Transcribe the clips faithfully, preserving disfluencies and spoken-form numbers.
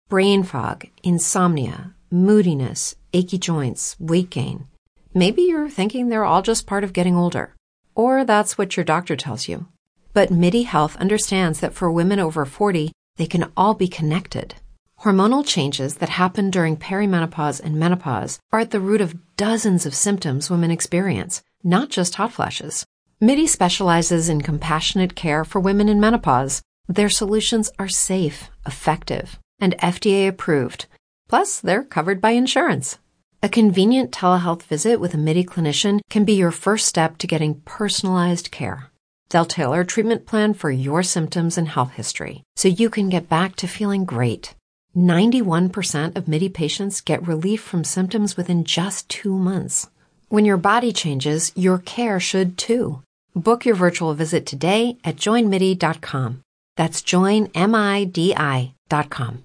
brain fog, insomnia, moodiness, achy joints, weight gain. Maybe you're thinking they're all just part of getting older, or that's what your doctor tells you. But MIDI Health understands that for women over forty, they can all be connected. Hormonal changes that happen during perimenopause and menopause are at the root of dozens of symptoms women experience, not just hot flashes. MIDI specializes in compassionate care for women in menopause. Their solutions are safe, effective, and F D A approved. Plus, they're covered by insurance. A convenient telehealth visit with a MIDI clinician can be your first step to getting personalized care. They'll tailor a treatment plan for your symptoms and health history so you can get back to feeling great. ninety-one percent of MIDI patients get relief from symptoms within just two months. When your body changes, your care should too. Book your virtual visit today at join midi dot com. That's join midi dot com.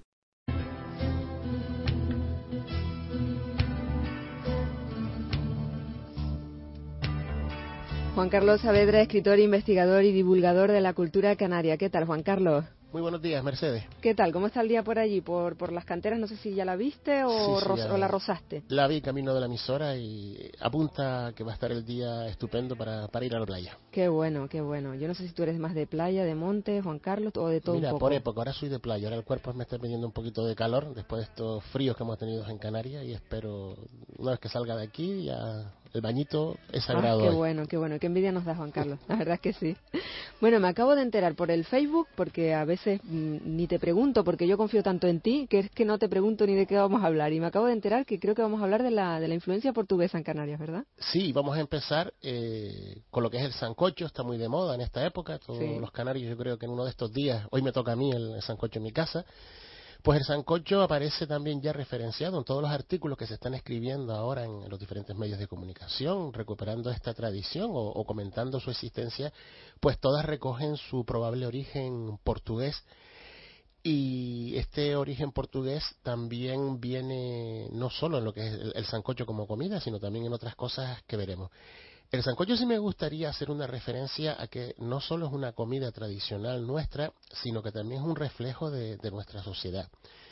Juan Carlos Saavedra, escritor, investigador y divulgador de la cultura canaria. ¿Qué tal, Juan Carlos? Muy buenos días, Mercedes. ¿Qué tal? ¿Cómo está el día por allí? ¿Por, por las canteras? No sé si ya la viste o, sí, sí, ro ya o la rozaste. La vi camino de la emisora y apunta que va a estar el día estupendo para, para ir a la playa. Qué bueno, qué bueno. Yo no sé si tú eres más de playa, de monte, Juan Carlos, o de todo Mira, un poco. por época, ahora soy de playa. Ahora el cuerpo me está pidiendo un poquito de calor después de estos fríos que hemos tenido en Canarias y espero, una vez que salga de aquí, ya el bañito es sagrado. Ah, qué hoy. bueno, qué bueno. Qué envidia nos da, Juan Carlos. La verdad es que sí. Bueno, me acabo de enterar por el Facebook, porque a veces mmm, ni te pregunto, porque yo confío tanto en ti, que es que no te pregunto ni de qué vamos a hablar. Y me acabo de enterar que creo que vamos a hablar de la, de la influencia portuguesa en Canarias, ¿verdad? Sí, vamos a empezar eh, con lo que es el sancocho. Está muy de moda en esta época. Todos Sí. los canarios, yo creo que en uno de estos días, hoy me toca a mí el, el sancocho en mi casa. Pues el sancocho aparece también ya referenciado en todos los artículos que se están escribiendo ahora en los diferentes medios de comunicación, recuperando esta tradición o, o comentando su existencia, pues todas recogen su probable origen portugués. Y este origen portugués también viene no solo en lo que es el, el sancocho como comida, sino también en otras cosas que veremos. El sancocho sí me gustaría hacer una referencia a que no solo es una comida tradicional nuestra, sino que también es un reflejo de, de nuestra sociedad.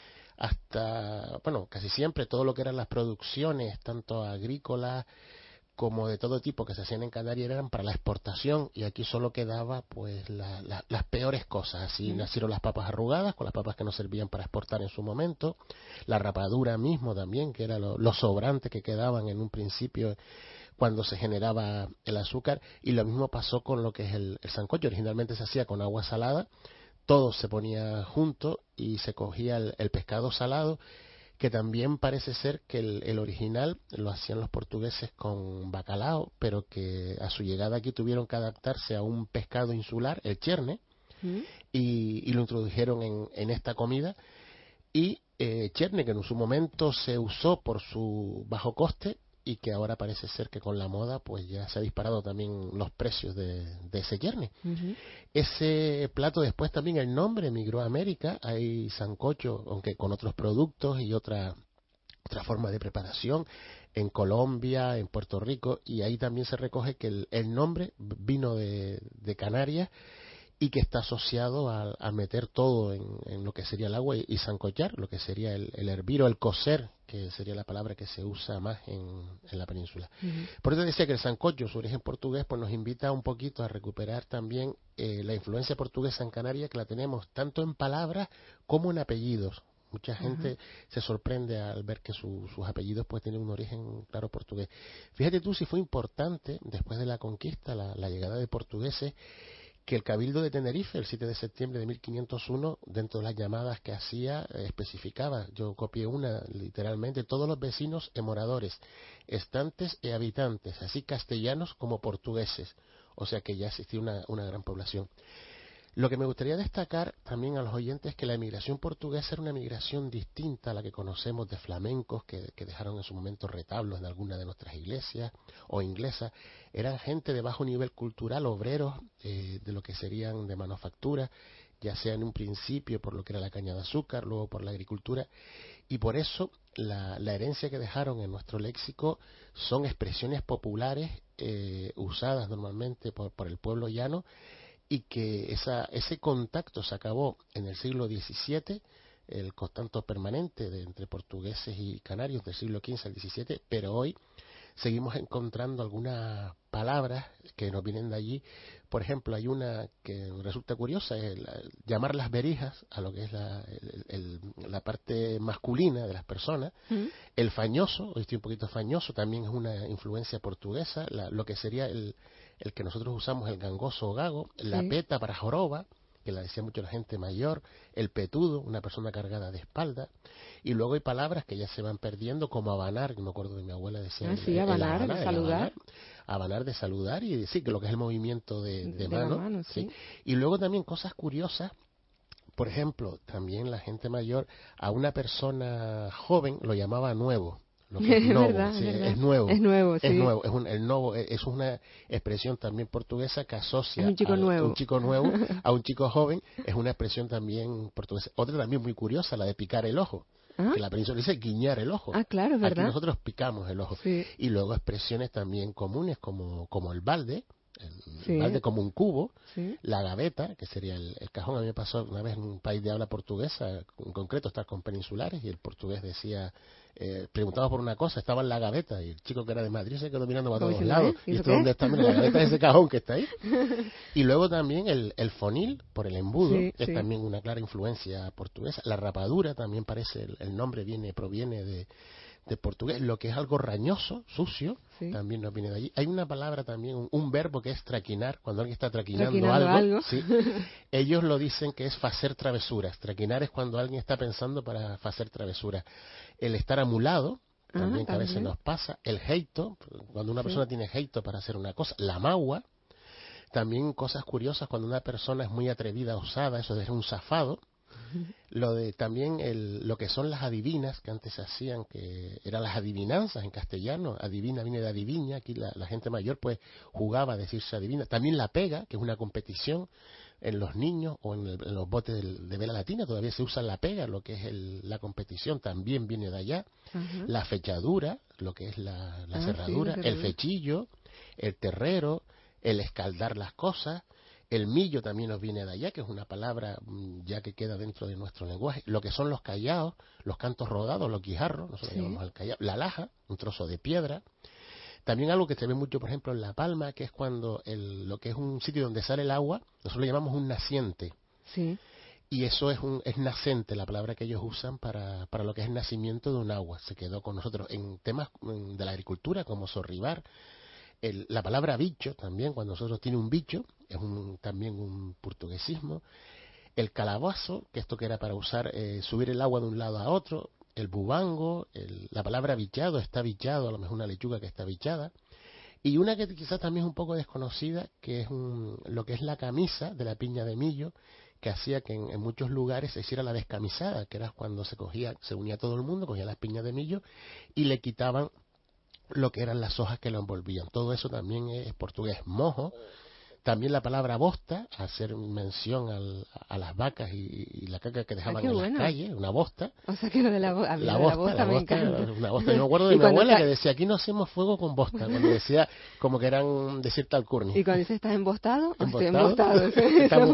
Hasta, bueno, casi siempre todo lo que eran las producciones, tanto agrícolas como de todo tipo que se hacían en Canarias eran para la exportación y aquí solo quedaba pues la, la, las peores cosas. Así mm. nacieron las papas arrugadas, con las papas que no servían para exportar en su momento, la rapadura mismo también, que era lo, los sobrantes que quedaban en un principio cuando se generaba el azúcar, y lo mismo pasó con lo que es el, el sancocho. Originalmente se hacía con agua salada, todo se ponía junto y se cogía el, el pescado salado, que también parece ser que el, el original lo hacían los portugueses con bacalao, pero que a su llegada aquí tuvieron que adaptarse a un pescado insular, el cherne, ¿Mm? y, y lo introdujeron en, en esta comida, y eh, cherne que en su momento se usó por su bajo coste, y que ahora parece ser que con la moda pues ya se ha disparado también los precios de, de ese cherne. Uh-huh. Ese plato después también el nombre migró a América, hay sancocho, aunque con otros productos y otra, otra forma de preparación, en Colombia, en Puerto Rico, y ahí también se recoge que el, el nombre vino de, de Canarias, y que está asociado a, a meter todo en, en lo que sería el agua y, y sancochar, lo que sería el, el hervir o el cocer, que sería la palabra que se usa más en, en la península. Uh-huh. Por eso decía que el sancocho, su origen portugués, pues nos invita un poquito a recuperar también eh, la influencia portuguesa en Canarias, que la tenemos tanto en palabras como en apellidos. Mucha gente uh-huh. se sorprende al ver que su, sus apellidos pues tienen un origen claro portugués. Fíjate tú si fue importante, después de la conquista, la, la llegada de portugueses, que el Cabildo de Tenerife, el siete de septiembre de mil quinientos uno, dentro de las llamadas que hacía, eh, especificaba, yo copié una literalmente, todos los vecinos e moradores, estantes e habitantes, así castellanos como portugueses, o sea que ya existía una, una gran población. Lo que me gustaría destacar también a los oyentes es que la emigración portuguesa era una migración distinta a la que conocemos de flamencos que, que dejaron en su momento retablos en alguna de nuestras iglesias o inglesas. Eran gente de bajo nivel cultural, obreros eh, de lo que serían de manufactura, ya sea en un principio por lo que era la caña de azúcar, luego por la agricultura, y por eso la, la herencia que dejaron en nuestro léxico son expresiones populares eh, usadas normalmente por, por el pueblo llano, y que esa, ese contacto se acabó en el siglo diecisiete el contacto permanente de, entre portugueses y canarios del siglo quince al diecisiete, pero hoy seguimos encontrando algunas palabras que nos vienen de allí. Por ejemplo, hay una que resulta curiosa, es el, el, llamar las berijas a lo que es la, el, el, la parte masculina de las personas. ¿Mm? El fañoso, hoy estoy un poquito fañoso, también es una influencia portuguesa, la, lo que sería el, el que nosotros usamos, el gangoso o gago, sí. La peta para joroba, que la decía mucho la gente mayor, el petudo, una persona cargada de espalda, y luego hay palabras que ya se van perdiendo, como abanar, que me acuerdo de mi abuela decía, ah, sí, el, abanar, el abanar, de saludar. Abanar, abanar de saludar, y sí, que lo que es el movimiento de, de, de mano, mano, sí. ¿sí? Y luego también cosas curiosas, por ejemplo, también la gente mayor, a una persona joven lo llamaba nuevo. Lo que es, novo, verdad, sí, verdad. es nuevo, es nuevo, sí. es nuevo, es un, el nuevo es una expresión también portuguesa que asocia un chico a nuevo. un chico nuevo a un chico joven, es una expresión también portuguesa. Otra también muy curiosa, la de picar el ojo, ¿ah? Que la península dice guiñar el ojo. Ah, claro, es verdad. Aquí nosotros picamos el ojo. Sí. Y luego expresiones también comunes como, como el balde, el sí. balde como un cubo, sí. La gaveta, que sería el, el cajón. A mí me pasó una vez en un país de habla portuguesa, en concreto estar con peninsulares, y el portugués decía, eh, preguntaba por una cosa, estaba en la gaveta, y el chico que era de Madrid se quedó mirando para todos lados. ¿Y esto dónde está? Mira, la gaveta es ese cajón que está ahí. Y luego también el, el fonil, por el embudo, sí, es sí. también una clara influencia portuguesa. La rapadura también parece, el, el nombre viene proviene de de portugués, lo que es algo rañoso, sucio, sí. También nos viene de allí. Hay una palabra también, un, un verbo que es traquinar, cuando alguien está traquinando, traquinando algo, algo. ¿sí? Ellos lo dicen que es facer travesuras. Traquinar es cuando alguien está pensando para hacer travesuras. El estar amulado, también, ah, que a veces nos pasa. El jeito, cuando una persona sí. tiene jeito para hacer una cosa. La magua, también cosas curiosas cuando una persona es muy atrevida, osada, eso es un zafado. Lo de también el, lo que son las adivinas que antes se hacían, que eran las adivinanzas en castellano. Adivina viene de adiviña, aquí la, la gente mayor pues jugaba a decirse adivina. También la pega, que es una competición en los niños o en, el, en los botes de, de vela latina, todavía se usa la pega, lo que es el, la competición también viene de allá. Uh-huh. La fechadura, lo que es la, la, ah, cerradura, sí, la cerradura, el fechillo, el terrero, el escaldar las cosas. El millo también nos viene de allá, que es una palabra ya que queda dentro de nuestro lenguaje. Lo que son los callaos, los cantos rodados, los guijarros, nosotros sí. llamamos al callao. La laja, un trozo de piedra. También algo que se ve mucho, por ejemplo, en La Palma, que es cuando el, lo que es un sitio donde sale el agua, nosotros lo llamamos un naciente. Sí. Y eso es un es nacente, la palabra que ellos usan para, para lo que es el nacimiento de un agua. Se quedó con nosotros en temas de la agricultura, como sorribar. El, la palabra bicho también, cuando nosotros tiene un bicho, es un, también un portuguesismo. El calabazo, que esto que era para usar, eh, subir el agua de un lado a otro. El bubango, el, la palabra bichado, está bichado, a lo mejor una lechuga que está bichada. Y una que quizás también es un poco desconocida, que es un, lo que es la camisa de la piña de millo, que hacía que en, en muchos lugares se hiciera la descamisada, que era cuando se cogía, se unía todo el mundo, cogía las piñas de millo y le quitaban lo que eran las hojas que lo envolvían. Todo eso también es portugués. Mojo, también la palabra bosta, hacer mención al, a las vacas y, y la caca que dejaban ah, en bueno. las calles, una bosta. O sea que lo de la, bo- a mí la, lo bosta, de la bosta, la me bosta, encanta. una bosta. Yo me acuerdo de mi abuela está... que decía, aquí no hacemos fuego con bosta, cuando decía como que eran de cierta alcurnia. Y cuando dice, ¿estás embostado? ¿Embostado? Estoy embostado. Estamos...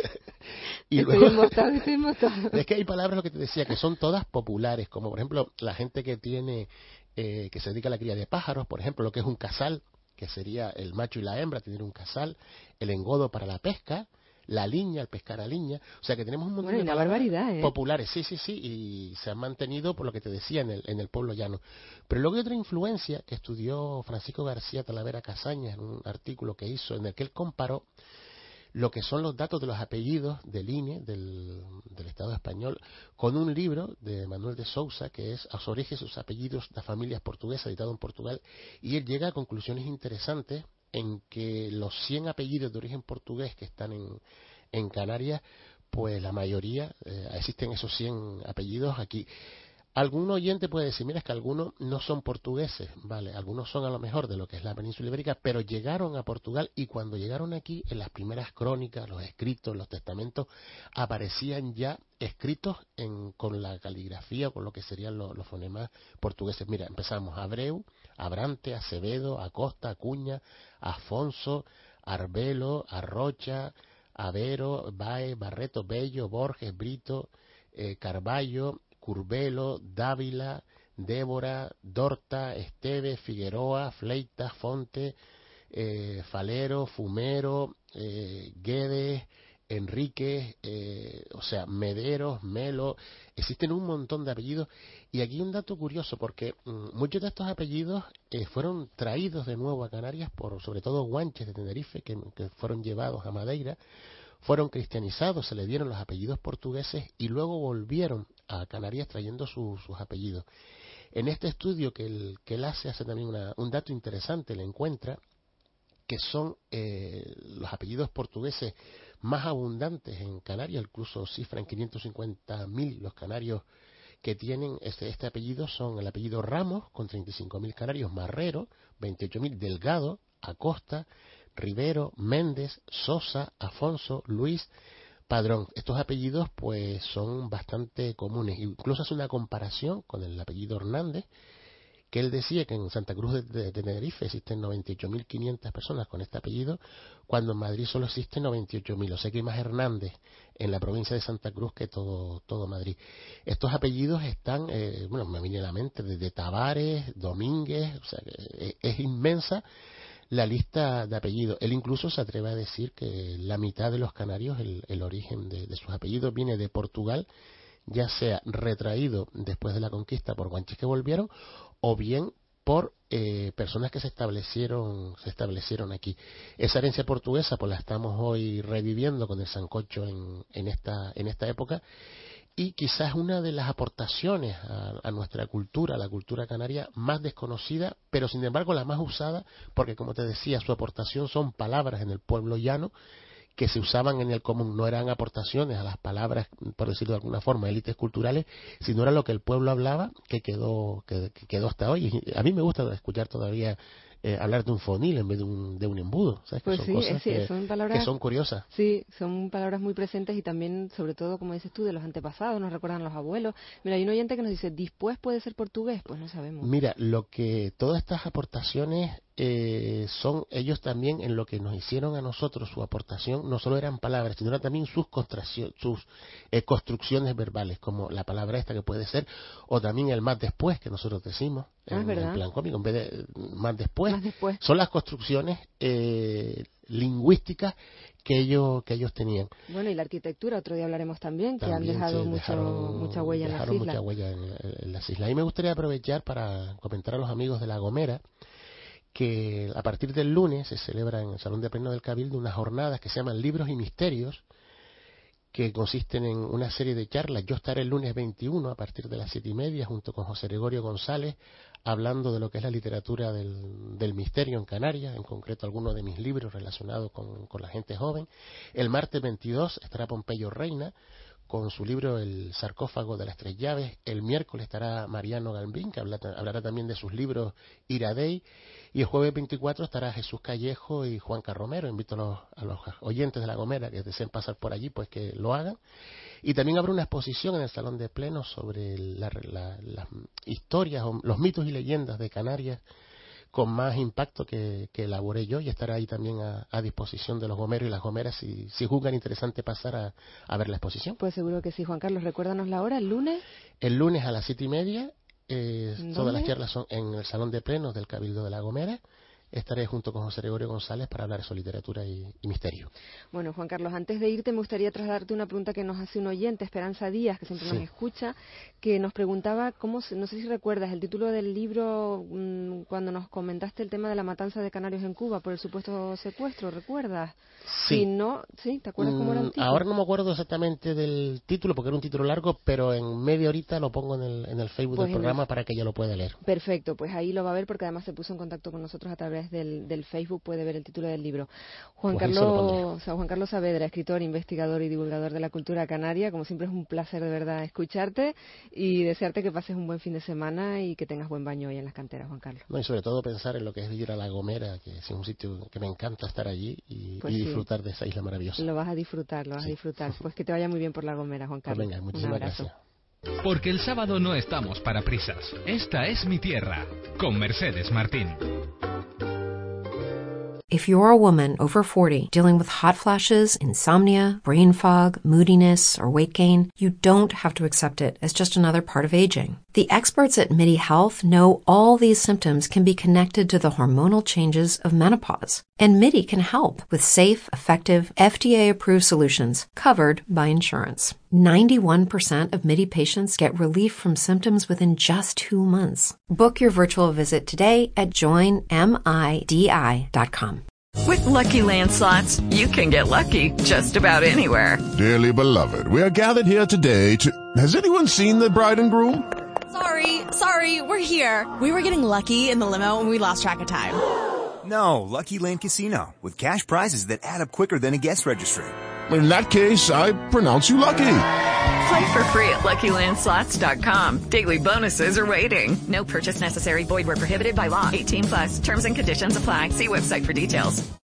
y estoy luego... embostado, estoy embostado. Es que hay palabras, lo que te decía, que son todas populares, como por ejemplo la gente que tiene... Eh, que se dedica a la cría de pájaros, por ejemplo, lo que es un casal, que sería el macho y la hembra, tener un casal, el engodo para la pesca, la liña, el pescar a liña, o sea que tenemos un montón bueno, de una palabras barbaridad, ¿eh? populares, sí, sí, sí, y se han mantenido por lo que te decía en el, en el pueblo llano. Pero luego hay otra influencia que estudió Francisco García Talavera Casaña en un artículo que hizo, en el que él comparó lo que son los datos de los apellidos del I N E, del, del Estado español, con un libro de Manuel de Sousa, que es A los orígenes y sus apellidos de familias portuguesas, editado en Portugal, y él llega a conclusiones interesantes en que los cien apellidos de origen portugués que están en, en Canarias, pues la mayoría, eh, existen esos cien apellidos aquí. Algún oyente puede decir, mira, es que algunos no son portugueses, vale, algunos son a lo mejor de lo que es la península ibérica, pero llegaron a Portugal y cuando llegaron aquí, en las primeras crónicas, los escritos, los testamentos, aparecían ya escritos en, con la caligrafía, con lo que serían los, los fonemas portugueses. Mira, empezamos Abreu, Abrante, Acevedo, Acosta, Acuña, Afonso, Arbelo, Arrocha, Avero, Bae, Barreto, Bello, Borges, Brito, eh, Carballo, Curbelo, Dávila, Débora, Dorta, Esteve, Figueroa, Fleitas, Fonte, eh, Falero, Fumero, eh, Guedes, Enrique, eh, o sea, Mederos, Melo, existen un montón de apellidos. Y aquí un dato curioso, porque mmm, muchos de estos apellidos eh, fueron traídos de nuevo a Canarias por sobre todo guanches de Tenerife, que, que fueron llevados a Madeira, fueron cristianizados, se le dieron los apellidos portugueses y luego volvieron a Canarias trayendo su, sus apellidos. En este estudio que él, que él hace, hace también una, un dato interesante, le encuentra que son eh, los apellidos portugueses más abundantes en Canarias, incluso cifran quinientos cincuenta mil los canarios que tienen este, este apellido. Son el apellido Ramos, con treinta y cinco mil canarios, Marrero, veintiocho mil, Delgado, Acosta, Rivero, Méndez, Sosa, Afonso, Luis, Padrón. Estos apellidos pues son bastante comunes. Incluso hace una comparación con el apellido Hernández, que él decía que en Santa Cruz de, de, de Tenerife existen noventa y ocho mil quinientas personas con este apellido, cuando en Madrid solo existen noventa y ocho mil. O sea que hay más Hernández en la provincia de Santa Cruz que todo, todo Madrid. Estos apellidos están, eh, bueno, me viene a la mente, desde Tavares, Domínguez, o sea que es, es inmensa la lista de apellidos. Él incluso se atreve a decir que la mitad de los canarios, el, el origen de, de sus apellidos viene de Portugal, ya sea retraído después de la conquista por guanches que volvieron, o bien por eh, personas que se establecieron se establecieron aquí. Esa herencia portuguesa pues la estamos hoy reviviendo con el sancocho en, en esta en esta época, y quizás una de las aportaciones a, a nuestra cultura, a la cultura canaria, más desconocida, pero sin embargo la más usada, porque como te decía, su aportación son palabras en el pueblo llano que se usaban en el común, no eran aportaciones a las palabras, por decirlo de alguna forma, élites culturales, sino era lo que el pueblo hablaba, que quedó que, que quedó hasta hoy. Y a mí me gusta escuchar todavía eh, hablar de un fonil en vez de un, de un embudo. ¿Sabes? Pues que son sí, cosas sí, que, son palabras, que son curiosas. Sí, son palabras muy presentes y también, sobre todo, como dices tú, de los antepasados, nos recuerdan los abuelos. Mira, hay un oyente que nos dice, ¿después puede ser portugués? Pues no sabemos. Mira, lo que todas estas aportaciones eh, son ellos también en lo que nos hicieron a nosotros, su aportación, no solo eran palabras, sino eran también sus, sus eh, construcciones verbales, como la palabra esta que puede ser, o también el más después que nosotros decimos, ah, en, en plan cómico, en vez de más después, más después. Son las construcciones eh, lingüísticas que ellos que ellos tenían. Bueno, y la arquitectura, otro día hablaremos también, que también, han dejado sí, mucho, dejaron, mucha huella en las islas. mucha huella en, en las islas. Y me gustaría aprovechar para comentar a los amigos de La Gomera que a partir del lunes se celebra en el Salón de Pleno del Cabildo unas jornadas que se llaman Libros y Misterios, que consisten en una serie de charlas. Yo estaré el lunes veintiuno a partir de las siete y media junto con José Gregorio González, hablando de lo que es la literatura del, del misterio en Canarias, en concreto algunos de mis libros relacionados con, con la gente joven. El martes veintidós estará Pompeyo Reina con su libro El sarcófago de las tres llaves. El miércoles estará Mariano Galvín, que habla, hablará también de sus libros Iradei. Y el jueves veinticuatro estará Jesús Callejo y Juan Carromero. Invito a los, a los oyentes de La Gomera que deseen pasar por allí, pues que lo hagan. Y también habrá una exposición en el Salón de Pleno sobre la, la, las historias, los mitos y leyendas de Canarias, con más impacto que, que elaboré yo, y estará ahí también a, a disposición de los gomeros y las gomeras si, si juzgan interesante pasar a, a ver la exposición. Pues seguro que sí. Juan Carlos, recuérdanos la hora, el lunes. El lunes a las siete y media, eh, todas las charlas son en el Salón de Plenos del Cabildo de La Gomera. Estaré junto con José Gregorio González para hablar sobre literatura y, y misterio. Bueno, Juan Carlos, antes de irte me gustaría trasladarte una pregunta que nos hace un oyente, Esperanza Díaz, que siempre sí. nos escucha, que nos preguntaba, cómo, no sé si recuerdas, el título del libro mmm, cuando nos comentaste el tema de la matanza de canarios en Cuba por el supuesto secuestro, ¿recuerdas? Sí. Si no, ¿sí? ¿Te acuerdas mm, cómo era el título? Ahora no me acuerdo exactamente del título porque era un título largo, pero en media horita lo pongo en el, en el Facebook pues del programa el... para que ella lo pueda leer. Perfecto, pues ahí lo va a ver porque además se puso en contacto con nosotros a través Del, del Facebook, puede ver el título del libro. Juan pues Carlos o sea, Juan Carlos Saavedra, escritor, investigador y divulgador de la cultura canaria, como siempre es un placer de verdad escucharte y desearte que pases un buen fin de semana y que tengas buen baño hoy en las canteras, Juan Carlos. No, y sobre todo pensar en lo que es ir a La Gomera, que es un sitio que me encanta estar allí y, pues y sí. disfrutar de esa isla maravillosa. Lo vas a disfrutar, lo vas sí. a disfrutar. Pues que te vaya muy bien por La Gomera, Juan Carlos. Pues venga, muchísimas gracias. Porque el sábado no estamos para prisas. Esta es mi tierra, con Mercedes Martín. If you're a woman over forty dealing with hot flashes, insomnia, brain fog, moodiness, or weight gain, you don't have to accept it as just another part of aging. The experts at MIDI Health know all these symptoms can be connected to the hormonal changes of menopause. And MIDI can help with safe, effective, F D A-approved solutions covered by insurance. ninety-one percent of MIDI patients get relief from symptoms within just two months. Book your virtual visit today at join midi dot com. With Lucky Land Slots, you can get lucky just about anywhere. Dearly beloved, we are gathered here today to... Has anyone seen the bride and groom? Sorry, sorry, we're here. We were getting lucky in the limo and we lost track of time. No, Lucky Land Casino, with cash prizes that add up quicker than a guest registry. In that case, I pronounce you lucky. Play for free at lucky land slots dot com. Daily bonuses are waiting. No purchase necessary. Void where prohibited by law. eighteen plus. Terms and conditions apply. See website for details.